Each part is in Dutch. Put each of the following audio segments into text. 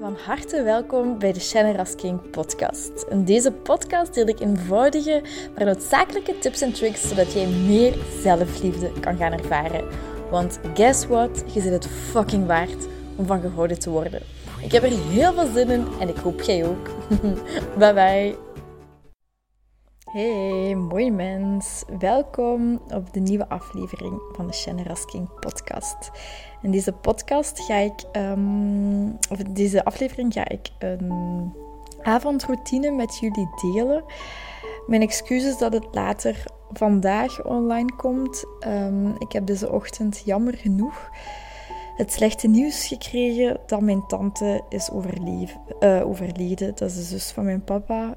Van harte welkom bij de Shannon Rasking podcast. In deze podcast deel ik eenvoudige, maar noodzakelijke tips en tricks zodat jij meer zelfliefde kan gaan ervaren. Want guess what? Je zit het fucking waard om van gehouden te worden. Ik heb er heel veel zin in en ik hoop jij ook. Bye bye. Hey, mooi mens. Welkom op de nieuwe aflevering van de Shannon Rasking podcast. In deze aflevering ga ik een avondroutine met jullie delen. Mijn excuses dat het later vandaag online komt. Ik heb deze ochtend jammer genoeg het slechte nieuws gekregen dat mijn tante is overleden. Dat is de zus van mijn papa.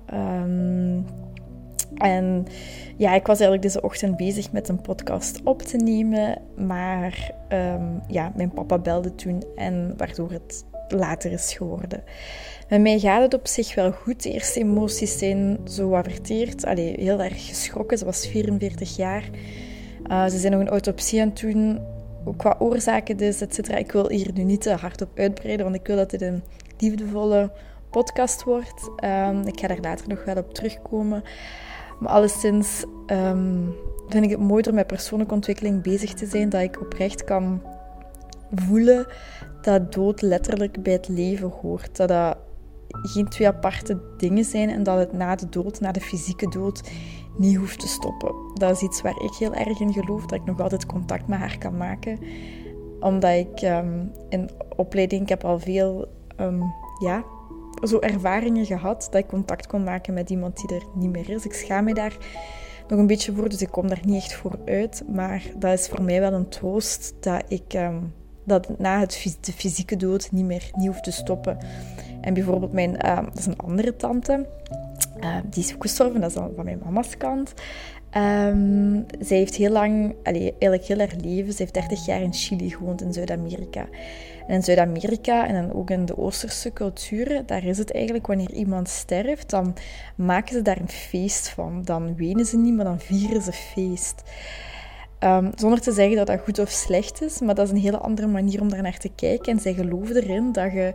En ja, ik was eigenlijk deze ochtend bezig met een podcast op te nemen, maar mijn papa belde toen en waardoor het later is geworden. Met mij gaat het op zich wel goed. De eerste emoties zijn zo wat verteerd. Heel erg geschrokken. Ze was 44 jaar. Ze zijn nog een autopsie aan het doen, ook qua oorzaken dus, et cetera. Ik wil hier nu niet te hard op uitbreiden, want ik wil dat dit een liefdevolle podcast wordt. Ik ga daar later nog wel op terugkomen. Maar alleszins vind ik het mooi door met persoonlijke ontwikkeling bezig te zijn, dat ik oprecht kan voelen dat dood letterlijk bij het leven hoort. Dat dat geen twee aparte dingen zijn en dat het na de dood, na de fysieke dood, niet hoeft te stoppen. Dat is iets waar ik heel erg in geloof, dat ik nog altijd contact met haar kan maken. Omdat ik in opleiding, ik heb al veel zo ervaringen gehad, dat ik contact kon maken met iemand die er niet meer is. Ik schaam me daar nog een beetje voor, dus ik kom daar niet echt voor uit. Maar dat is voor mij wel een troost dat ik dat na de fysieke dood niet hoeft te stoppen. En bijvoorbeeld dat is een andere tante, die is ook gestorven, dat is dan van mijn mama's kant. Zij heeft heel lang, eigenlijk heel haar leven, ze heeft 30 jaar in Chili gewoond, in Zuid-Amerika. En in Zuid-Amerika en dan ook in de Oosterse culturen, daar is het eigenlijk, wanneer iemand sterft, dan maken ze daar een feest van. Dan wenen ze niet, maar dan vieren ze feest. Zonder te zeggen dat dat goed of slecht is, maar dat is een hele andere manier om daar naar te kijken. En zij geloven erin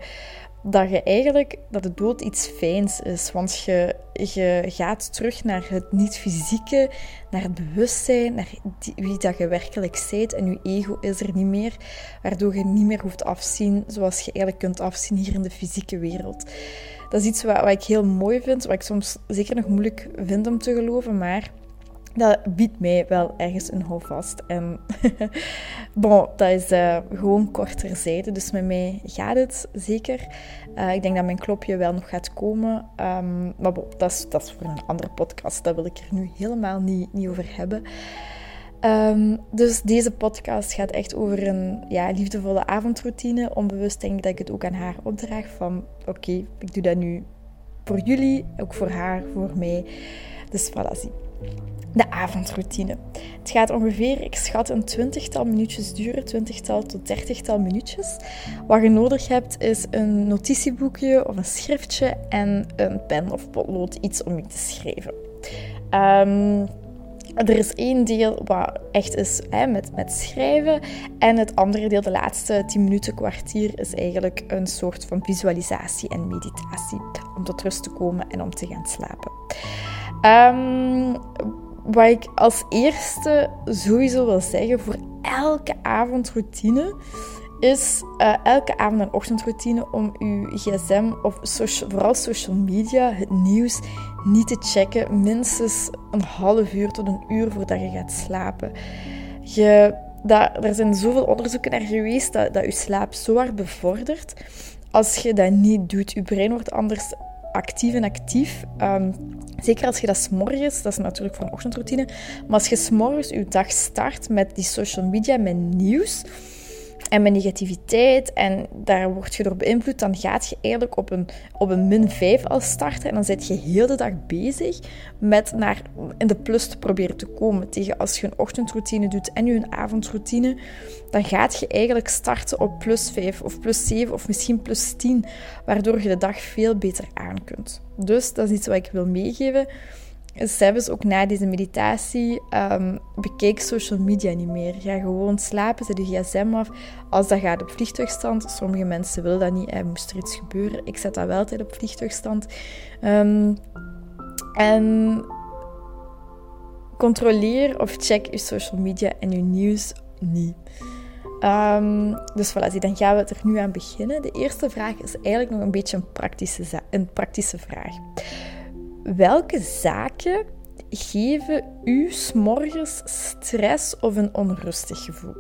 dat de dood iets fijns is. Want je gaat terug naar het niet-fysieke, naar het bewustzijn, naar wie dat je werkelijk bent. En je ego is er niet meer, waardoor je niet meer hoeft afzien zoals je eigenlijk kunt afzien hier in de fysieke wereld. Dat is iets wat ik heel mooi vind, wat ik soms zeker nog moeilijk vind om te geloven, maar dat biedt mij wel ergens een houvast. En dat is gewoon kort terzijde. Dus met mij gaat het zeker. Ik denk dat mijn klopje wel nog gaat komen. Maar dat is voor een andere podcast. Daar wil ik er nu helemaal niet over hebben. Dus deze podcast gaat echt over een liefdevolle avondroutine. Onbewust denk ik dat ik het ook aan haar opdraag. Van oké, ik doe dat nu voor jullie. Ook voor haar, voor mij. Dus voilà, zie. De avondroutine. Het gaat ongeveer, ik schat, een 20-tal minuutjes duren, 20-tal tot 30-tal minuutjes. Wat je nodig hebt is een notitieboekje of een schriftje en een pen of potlood, iets om je te schrijven. Er is één deel wat echt is met schrijven en het andere deel, de laatste 10 minuten, kwartier, is eigenlijk een soort van visualisatie en meditatie om tot rust te komen en om te gaan slapen. Wat ik als eerste sowieso wil zeggen voor elke avondroutine is elke avond- en ochtendroutine om uw gsm of vooral social media, het nieuws, niet te checken. Minstens een half uur tot een uur voordat je gaat slapen. Er zijn zoveel onderzoeken naar geweest dat je slaap zo hard bevordert. Als je dat niet doet, je brein wordt anders actief. Zeker als je dat 's morgens, dat is natuurlijk voor een ochtendroutine, maar als je 's morgens je dag start met die social media, met nieuws en met negativiteit en daar word je door beïnvloed, dan gaat je eigenlijk op een -5 al starten en dan zit je heel de dag bezig met naar in de plus te proberen te komen. Tegen als je een ochtendroutine doet en je een avondroutine, dan gaat je eigenlijk starten op +5 of +7 of misschien +10, waardoor je de dag veel beter aan kunt. Dus dat is iets wat ik wil meegeven. Zelfs ook na deze meditatie, bekijk social media niet meer. Ga gewoon slapen, zet je gsm af. Als dat gaat op vliegtuigstand, sommige mensen willen dat niet, moest er iets gebeuren. Ik zet dat wel altijd op vliegtuigstand. En controleer of check je social media en je nieuws niet. Dus voilà, dan gaan we er nu aan beginnen. De eerste vraag is eigenlijk nog een beetje een praktische vraag. Welke zaken geven u 's morgens stress of een onrustig gevoel?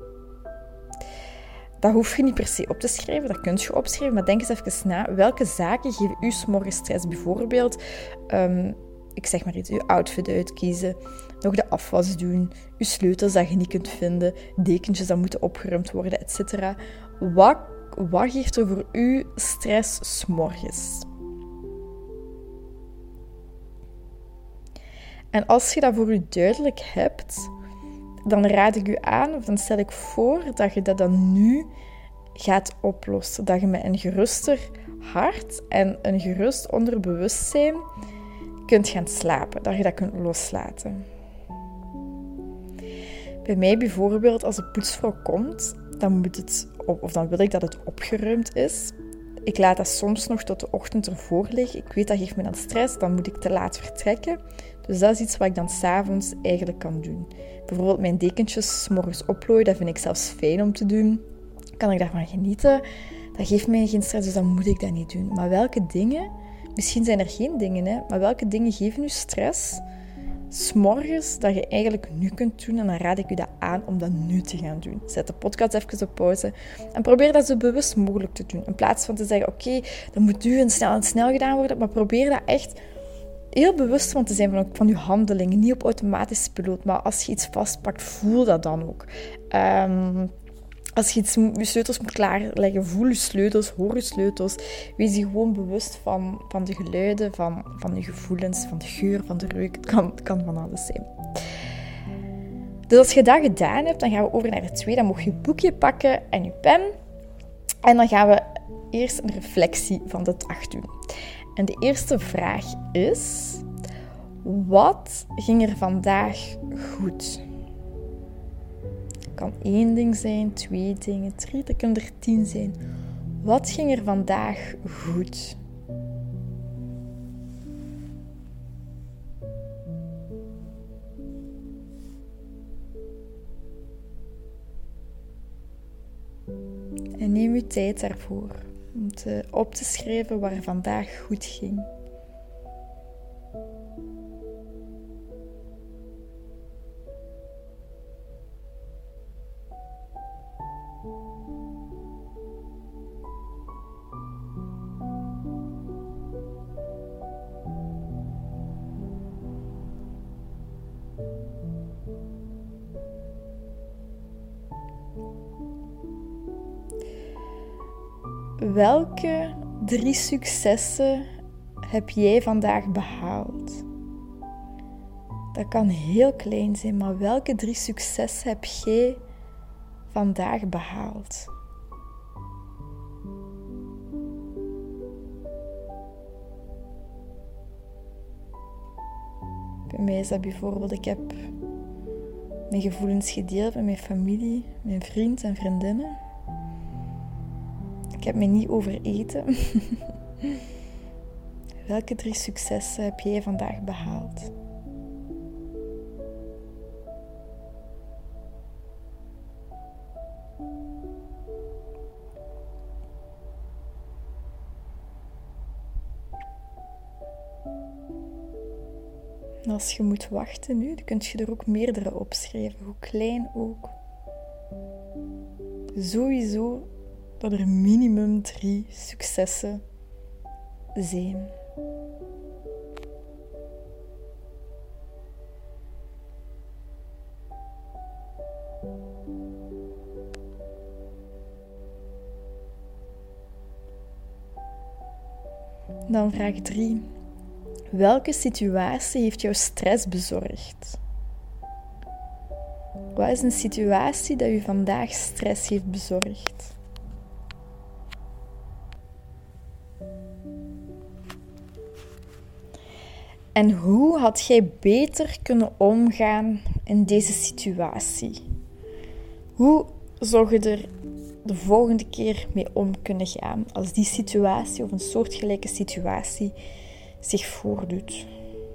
Dat hoef je niet per se op te schrijven, dat kun je opschrijven, maar denk eens even na. Welke zaken geven u 's morgens stress? Bijvoorbeeld, ik zeg maar iets, uw outfit uitkiezen, nog de afwas doen, uw sleutels dat je niet kunt vinden, dekentjes dat moeten opgeruimd worden, etc. Wat geeft er voor u stress 's morgens? En als je dat voor u duidelijk hebt, dan raad ik u aan, of dan stel ik voor, dat je dat dan nu gaat oplossen. Dat je met een geruster hart en een gerust onderbewustzijn kunt gaan slapen. Dat je dat kunt loslaten. Bij mij bijvoorbeeld, als de poetsvrouw komt, dan wil ik dat het opgeruimd is. Ik laat dat soms nog tot de ochtend ervoor liggen. Ik weet dat geeft me dan stress, dan moet ik te laat vertrekken. Dus dat is iets wat ik dan 's avonds eigenlijk kan doen. Bijvoorbeeld mijn dekentjes 's morgens oplooien, dat vind ik zelfs fijn om te doen. Kan ik daarvan genieten? Dat geeft mij geen stress, dus dan moet ik dat niet doen. Maar welke dingen, misschien zijn er geen dingen, maar welke dingen geven u stress 's morgens dat je eigenlijk nu kunt doen? En dan raad ik u dat aan om dat nu te gaan doen. Zet de podcast even op pauze en probeer dat zo bewust mogelijk te doen. In plaats van te zeggen, oké, dat moet nu en snel gedaan worden, maar probeer dat echt heel bewust van te zijn van je handelingen. Niet op automatische piloot, maar als je iets vastpakt, voel dat dan ook. Als je je sleutels moet klaarleggen, voel je sleutels, hoor je sleutels. Wees je gewoon bewust van de geluiden, van je gevoelens, van de geur, van de reuk. Het kan van alles zijn. Dus als je dat gedaan hebt, dan gaan we over naar het tweede. Dan mag je je boekje pakken en je pen. En dan gaan we eerst een reflectie van de dag doen. En de eerste vraag is: wat ging er vandaag goed? Het kan 1 ding zijn, 2 dingen, 3, dat kunnen er 10 zijn. Wat ging er vandaag goed? En neem uw tijd daarvoor om op te schrijven waar er vandaag goed ging. Welke 3 successen heb jij vandaag behaald? Dat kan heel klein zijn, maar welke 3 successen heb jij vandaag behaald? Bij mij is dat bijvoorbeeld, ik heb mijn gevoelens gedeeld met mijn familie, mijn vriend en vriendinnen. Ik heb me niet overeten. Welke 3 successen heb jij vandaag behaald? En als je moet wachten nu, dan kun je er ook meerdere opschrijven, hoe klein ook. Sowieso dat er minimum 3 successen zijn. Dan vraag 3. Welke situatie heeft jou stress bezorgd? Wat is een situatie dat u vandaag stress heeft bezorgd? En hoe had jij beter kunnen omgaan in deze situatie? Hoe zou je er de volgende keer mee om kunnen gaan als die situatie of een soortgelijke situatie zich voordoet?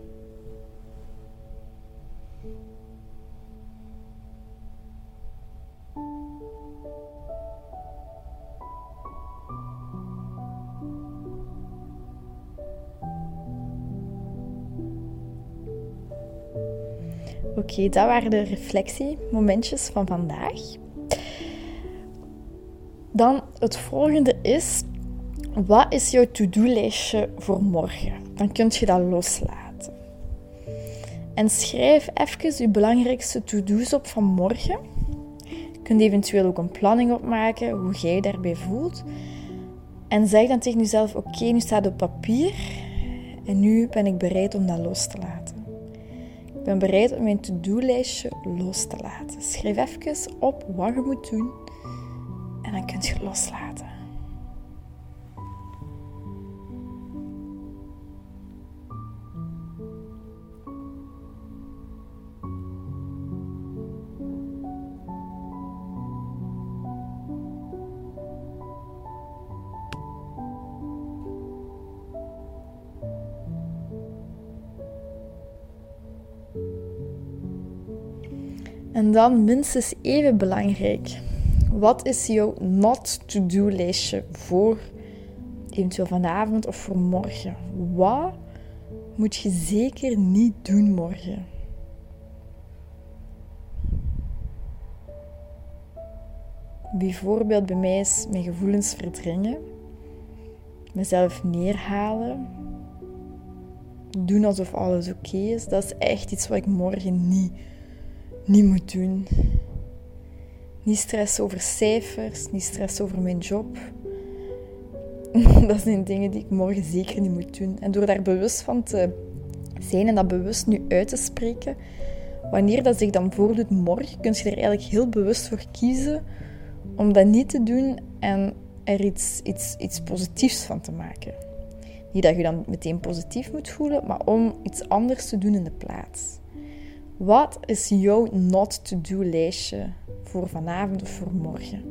Oké, dat waren de reflectiemomentjes van vandaag. Dan het volgende is, wat is jouw to-do-lijstje voor morgen? Dan kun je dat loslaten. En schrijf even je belangrijkste to-do's op van morgen. Je kunt eventueel ook een planning opmaken, hoe jij je daarbij voelt. En zeg dan tegen jezelf, oké, nu staat het op papier en nu ben ik bereid om dat los te laten. Ik ben bereid om mijn to-do-lijstje los te laten. Schrijf even op wat je moet doen en dan kun je het loslaten. En dan minstens even belangrijk. Wat is jouw not-to-do-lijstje voor eventueel vanavond of voor morgen? Wat moet je zeker niet doen morgen? Bijvoorbeeld bij mij is mijn gevoelens verdringen, mezelf neerhalen, doen alsof alles oké is. Dat is echt iets wat ik morgen niet moet doen. Niet stress over cijfers, niet stress over mijn job. Dat zijn dingen die ik morgen zeker niet moet doen. En door daar bewust van te zijn en dat bewust nu uit te spreken, wanneer dat zich dan voordoet morgen, kun je er eigenlijk heel bewust voor kiezen om dat niet te doen en er iets positiefs van te maken. Niet dat je dan meteen positief moet voelen, maar om iets anders te doen in de plaats. Wat is jouw not-to-do-lijstje voor vanavond of voor morgen?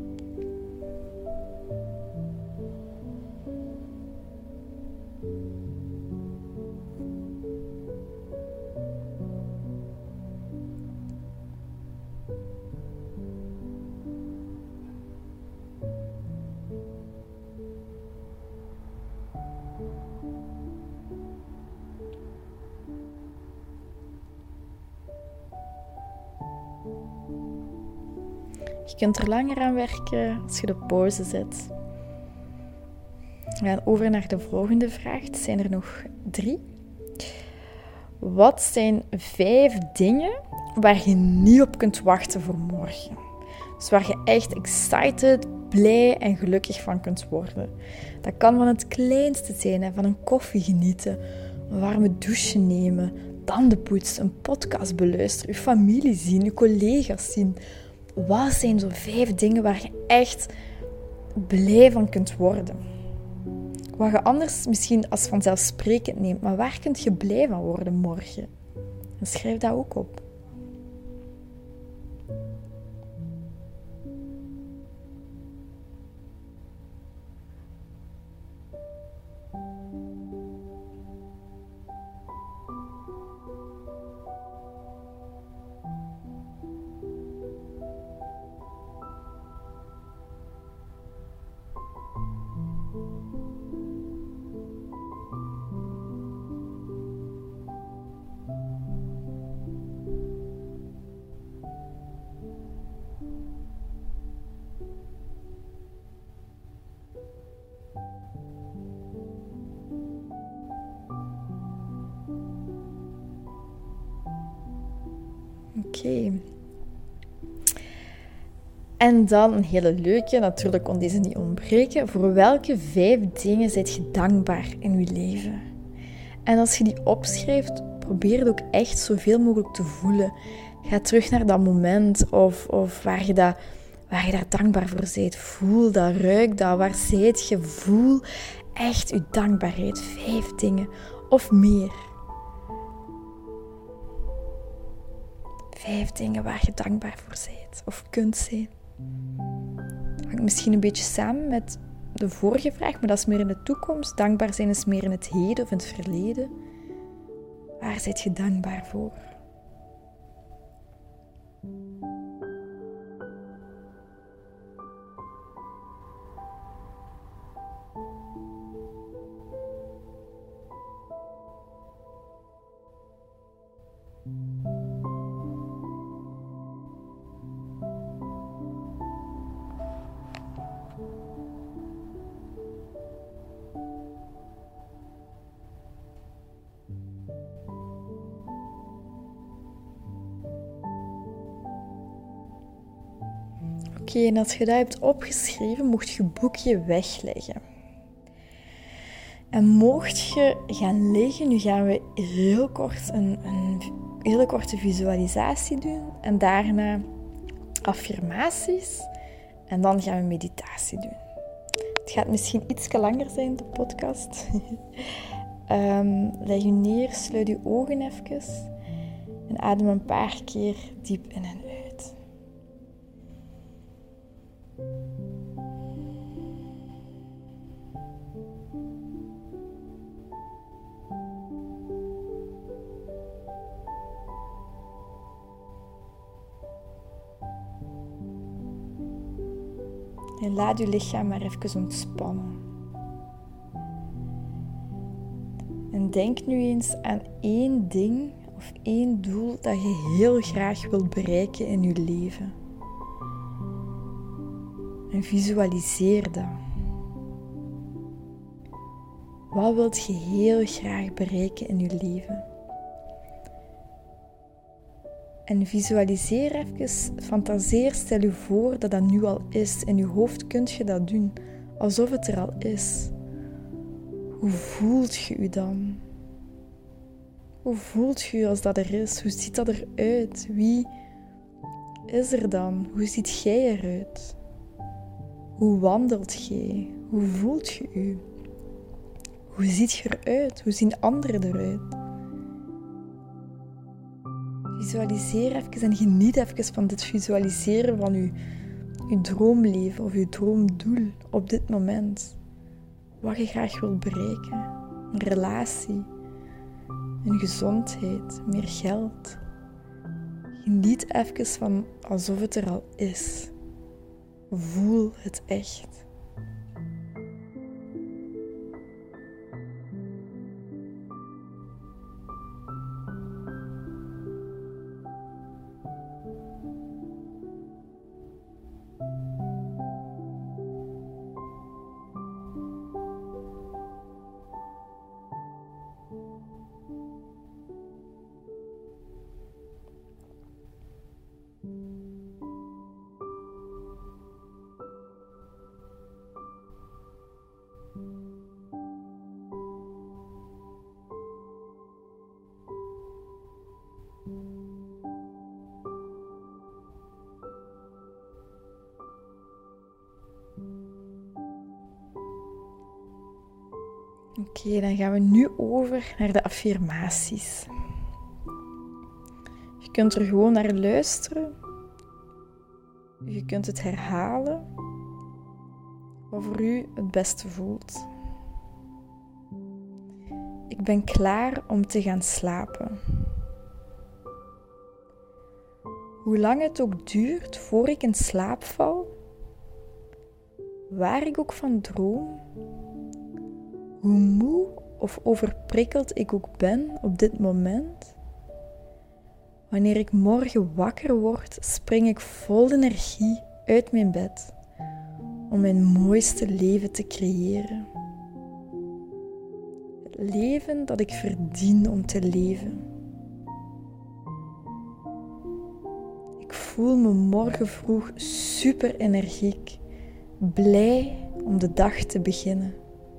Je kunt er langer aan werken als je de pauze zet. We gaan over naar de volgende vraag. Het zijn er nog 3. Wat zijn 5 dingen waar je niet op kunt wachten voor morgen? Dus waar je echt excited, blij en gelukkig van kunt worden. Dat kan van het kleinste zijn, van een koffie genieten, een warme douche nemen, tanden poetsen, een podcast beluisteren, je familie zien, je collega's zien. Wat zijn zo'n 5 dingen waar je echt blij van kunt worden? Wat je anders misschien als vanzelfsprekend neemt, maar waar kun je blij van worden morgen? En schrijf dat ook op. Oké. En dan een hele leuke, natuurlijk kon deze niet ontbreken. Voor welke 5 dingen zijt je dankbaar in je leven? En als je die opschrijft, probeer het ook echt zoveel mogelijk te voelen. Ga terug naar dat moment of waar je daar dankbaar voor bent. Voel dat, ruik dat, waar zijt je? Voel echt je dankbaarheid. 5 dingen of meer. 5 dingen waar je dankbaar voor bent of kunt zijn. Hangt misschien een beetje samen met de vorige vraag, maar dat is meer in de toekomst. Dankbaar zijn is meer in het heden of in het verleden. Waar ben je dankbaar voor? Oké, en als je dat hebt opgeschreven, mocht je boekje wegleggen. En mocht je gaan liggen, nu gaan we heel kort een hele korte visualisatie doen. En daarna affirmaties. En dan gaan we meditatie doen. Het gaat misschien iets langer zijn, de podcast. Leg je neer, sluit je ogen even. En adem een paar keer diep in en uit. En laat je lichaam maar even ontspannen. En denk nu eens aan 1 ding of 1 doel dat je heel graag wilt bereiken in je leven. En visualiseer dat. Wat wilt je heel graag bereiken in je leven? En visualiseer even, fantaseer, stel je voor dat dat nu al is. In je hoofd kunt je dat doen, alsof het er al is. Hoe voelt je je dan? Hoe voelt je je als dat er is? Hoe ziet dat eruit? Wie is er dan? Hoe ziet jij eruit? Hoe wandelt jij? Hoe voelt je je? Hoe ziet je eruit? Hoe zien anderen eruit? Visualiseer even en geniet even van dit visualiseren van je droomleven of je droomdoel op dit moment. Wat je graag wilt bereiken. Een relatie, een gezondheid, meer geld. Geniet even van alsof het er al is. Voel het echt. Oké, dan gaan we nu over naar de affirmaties. Je kunt er gewoon naar luisteren. Je kunt het herhalen. Wat voor u het beste voelt. Ik ben klaar om te gaan slapen. Hoe lang het ook duurt voor ik in slaap val, waar ik ook van droom, hoe moe of overprikkeld ik ook ben op dit moment, wanneer ik morgen wakker word, spring ik vol energie uit mijn bed om mijn mooiste leven te creëren. Het leven dat ik verdien om te leven. Ik voel me morgen vroeg super energiek, blij om de dag te beginnen.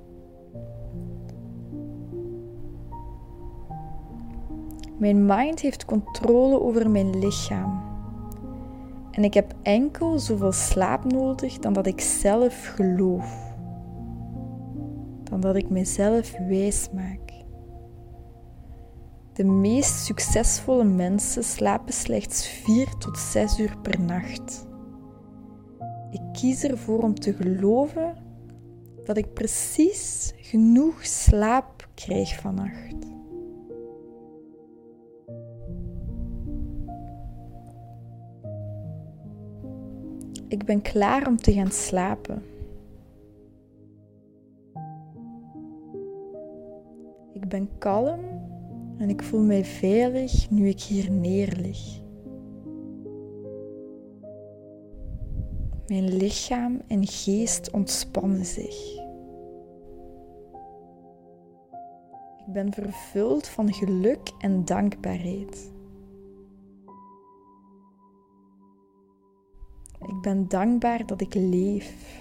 Mijn mind heeft controle over mijn lichaam. En ik heb enkel zoveel slaap nodig dan dat ik zelf geloof. Dan dat ik mezelf wijs maak. De meest succesvolle mensen slapen slechts 4 tot 6 uur per nacht. Ik kies ervoor om te geloven dat ik precies genoeg slaap krijg vannacht. Ik ben klaar om te gaan slapen. Ik ben kalm en ik voel mij veilig nu ik hier neerlig. Mijn lichaam en geest ontspannen zich. Ik ben vervuld van geluk en dankbaarheid. Ik ben dankbaar dat ik leef.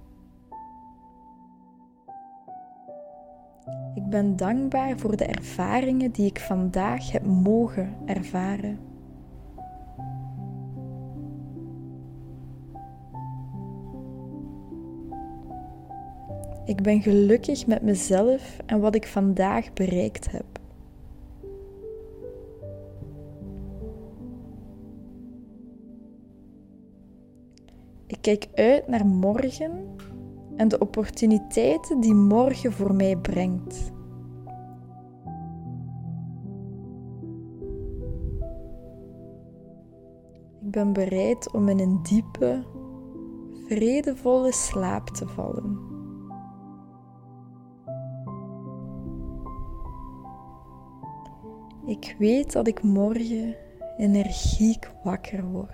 Ik ben dankbaar voor de ervaringen die ik vandaag heb mogen ervaren. Ik ben gelukkig met mezelf en wat ik vandaag bereikt heb. Ik kijk uit naar morgen en de opportuniteiten die morgen voor mij brengt. Ik ben bereid om in een diepe, vredevolle slaap te vallen. Ik weet dat ik morgen energiek wakker word.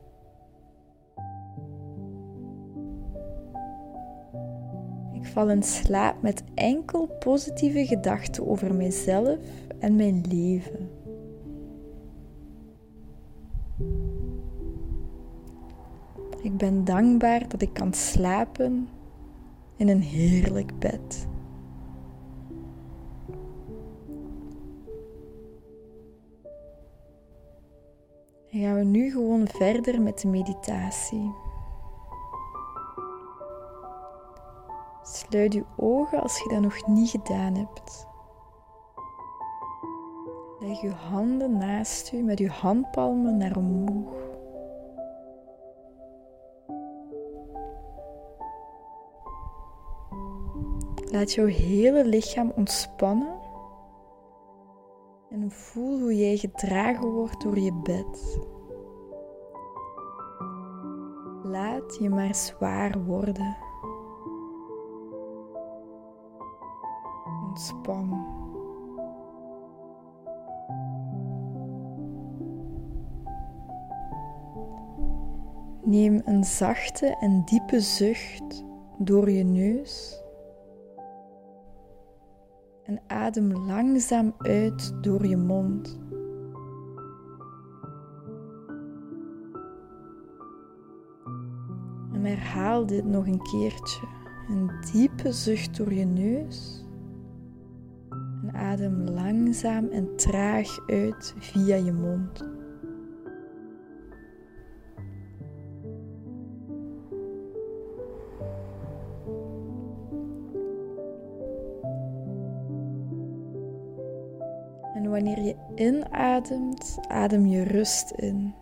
Ik val in slaap met enkel positieve gedachten over mijzelf en mijn leven. Ik ben dankbaar dat ik kan slapen in een heerlijk bed. Dan gaan we nu gewoon verder met de meditatie. Sluit je ogen als je dat nog niet gedaan hebt. Leg je handen naast je met je handpalmen naar omhoog. Laat jouw hele lichaam ontspannen en voel hoe jij gedragen wordt door je bed. Laat je maar zwaar worden. Ontspan. Neem een zachte en diepe zucht door je neus en adem langzaam uit door je mond. En herhaal dit nog een keertje. Een diepe zucht door je neus en adem langzaam en traag uit via je mond. En wanneer je inademt, adem je rust in.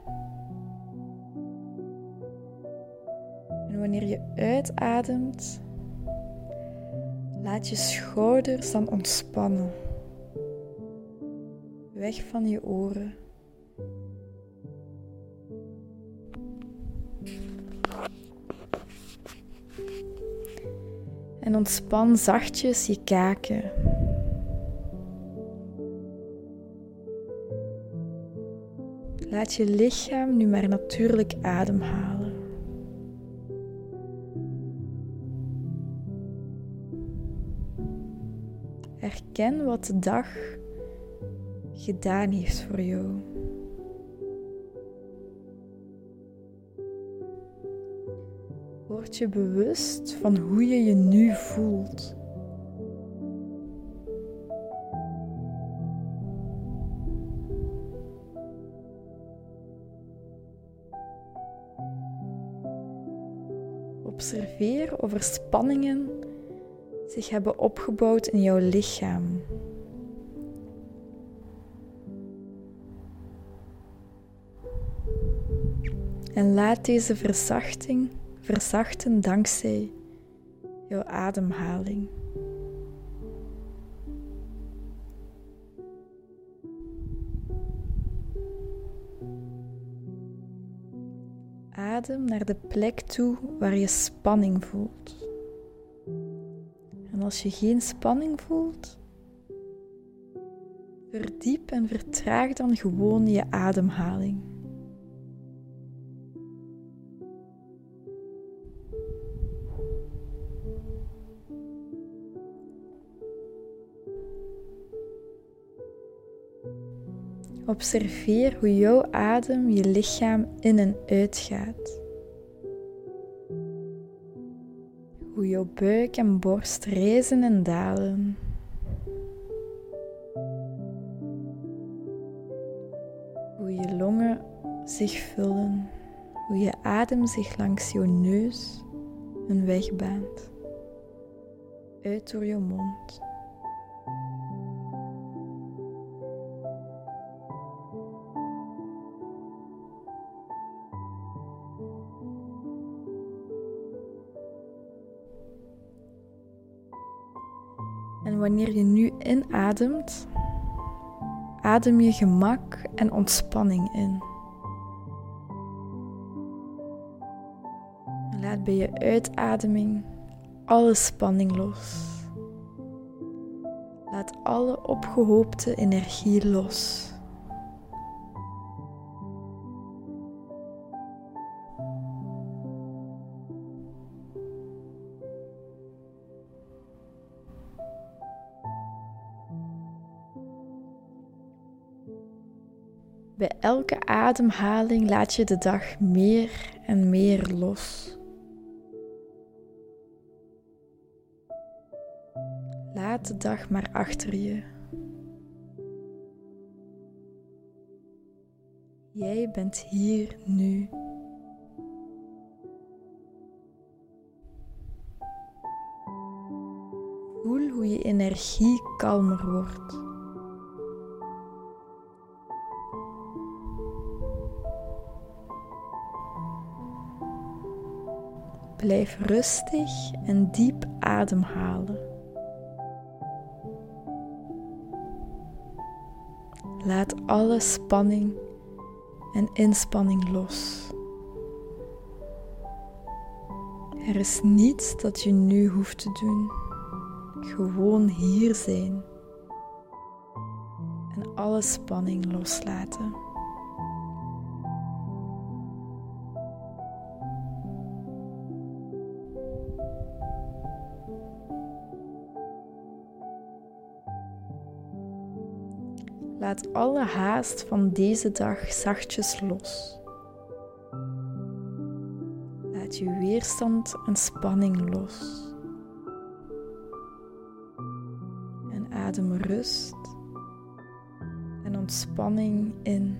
En wanneer je uitademt, laat je schouders dan ontspannen. Weg van je oren. En ontspan zachtjes je kaken. Laat je lichaam nu maar natuurlijk ademhalen. Erken wat de dag gedaan heeft voor jou. Word je bewust van hoe je je nu voelt. Observeer of er spanningen zich hebben opgebouwd in jouw lichaam. En laat deze verzachten dankzij jouw ademhaling. Adem naar de plek toe waar je spanning voelt. En als je geen spanning voelt, verdiep en vertraag dan gewoon je ademhaling. Observeer hoe jouw adem je lichaam in en uit gaat. Hoe jouw buik en borst rijzen en dalen. Hoe je longen zich vullen. Hoe je adem zich langs jouw neus een weg baant. Uit door jouw mond. En wanneer je nu inademt, adem je gemak en ontspanning in. En laat bij je uitademing alle spanning los. Laat alle opgehoopte energie los. Bij elke ademhaling laat je de dag meer en meer los. Laat de dag maar achter je. Jij bent hier nu. Voel hoe je energie kalmer wordt. Blijf rustig en diep ademhalen. Laat alle spanning en inspanning los. Er is niets dat je nu hoeft te doen. Gewoon hier zijn. En alle spanning loslaten. Laat alle haast van deze dag zachtjes los. Laat je weerstand en spanning los. En adem rust en ontspanning in.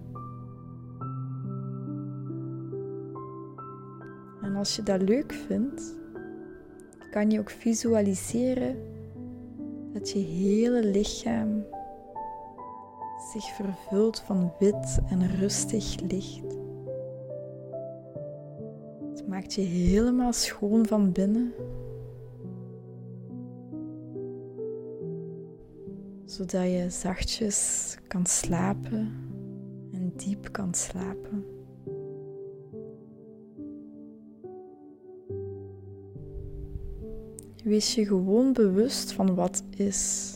En als je dat leuk vindt, kan je ook visualiseren dat je hele lichaam zich vervult van wit en rustig licht. Het maakt je helemaal schoon van binnen, zodat je zachtjes kan slapen en diep kan slapen. Wees je gewoon bewust van wat is.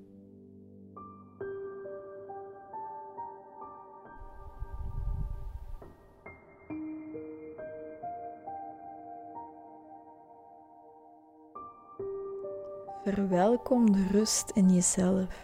Verwelkom de rust in jezelf.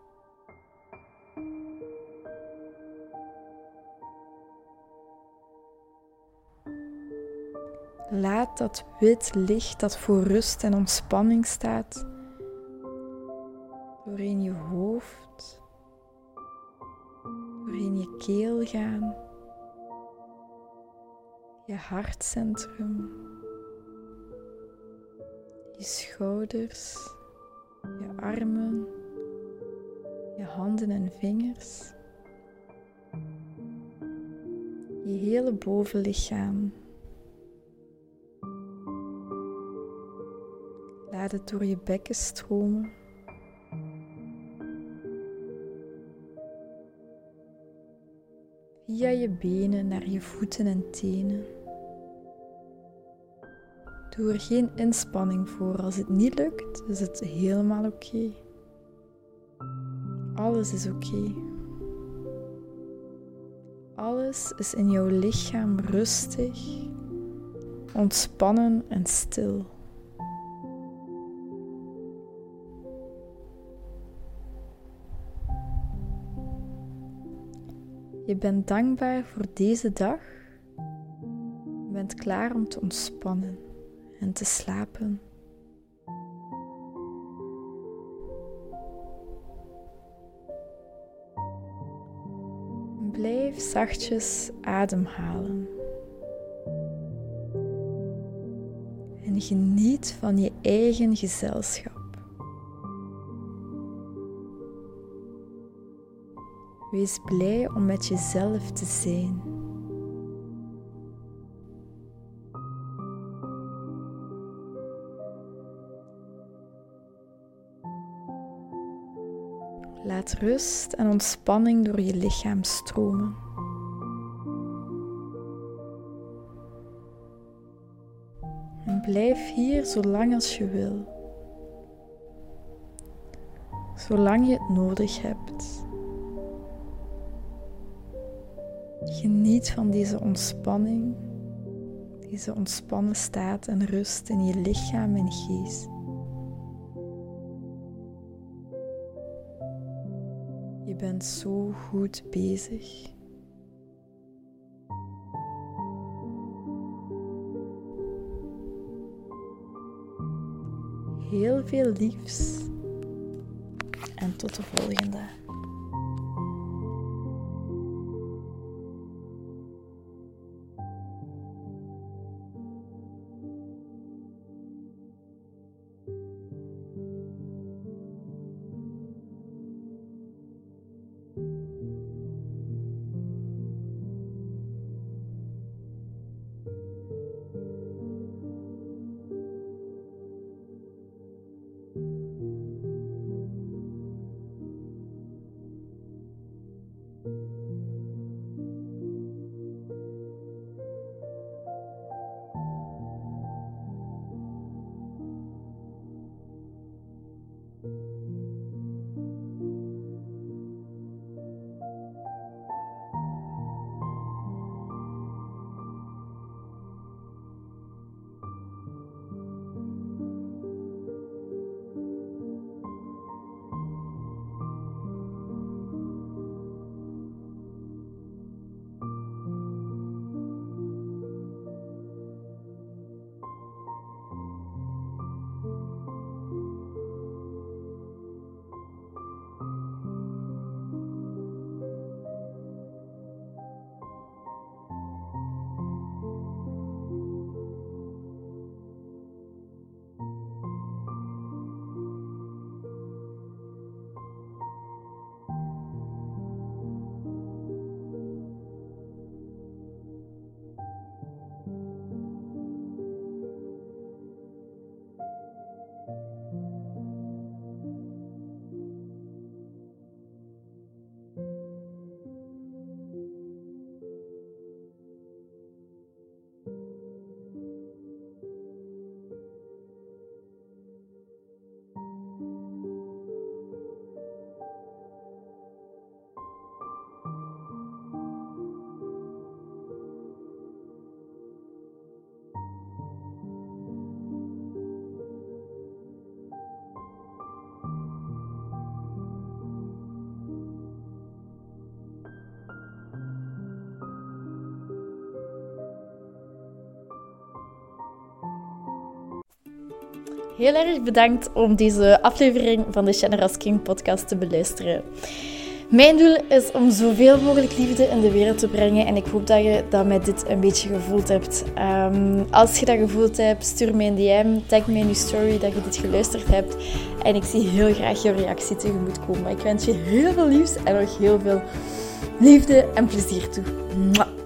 Laat dat wit licht dat voor rust en ontspanning staat, doorheen je hoofd, doorheen je keel gaan, je hartcentrum, je schouders, je armen, je handen en vingers, je hele bovenlichaam. Laat het door je bekken stromen. Via je benen naar je voeten en tenen. Doe er geen inspanning voor. Als het niet lukt, is het helemaal oké. Alles is oké. Alles is in jouw lichaam rustig, ontspannen en stil. Je bent dankbaar voor deze dag. Je bent klaar om te ontspannen en te slapen. Blijf zachtjes ademhalen. En geniet van je eigen gezelschap. Wees blij om met jezelf te zijn. Laat rust en ontspanning door je lichaam stromen. En blijf hier zolang als je wil. Zolang je het nodig hebt. Geniet van deze ontspanning, deze ontspannen staat en rust in je lichaam en geest. Je bent zo goed bezig. Heel veel liefs en tot de volgende. Heel erg bedankt om deze aflevering van de Generous King podcast te beluisteren. Mijn doel is om zoveel mogelijk liefde in de wereld te brengen en ik hoop dat je dat met dit een beetje gevoeld hebt. Als je dat gevoeld hebt, stuur mij een DM, tag me in je story dat je dit geluisterd hebt en ik zie heel graag jouw reactie tegemoetkomen. Ik wens je heel veel liefs en nog heel veel liefde en plezier toe. Mwah.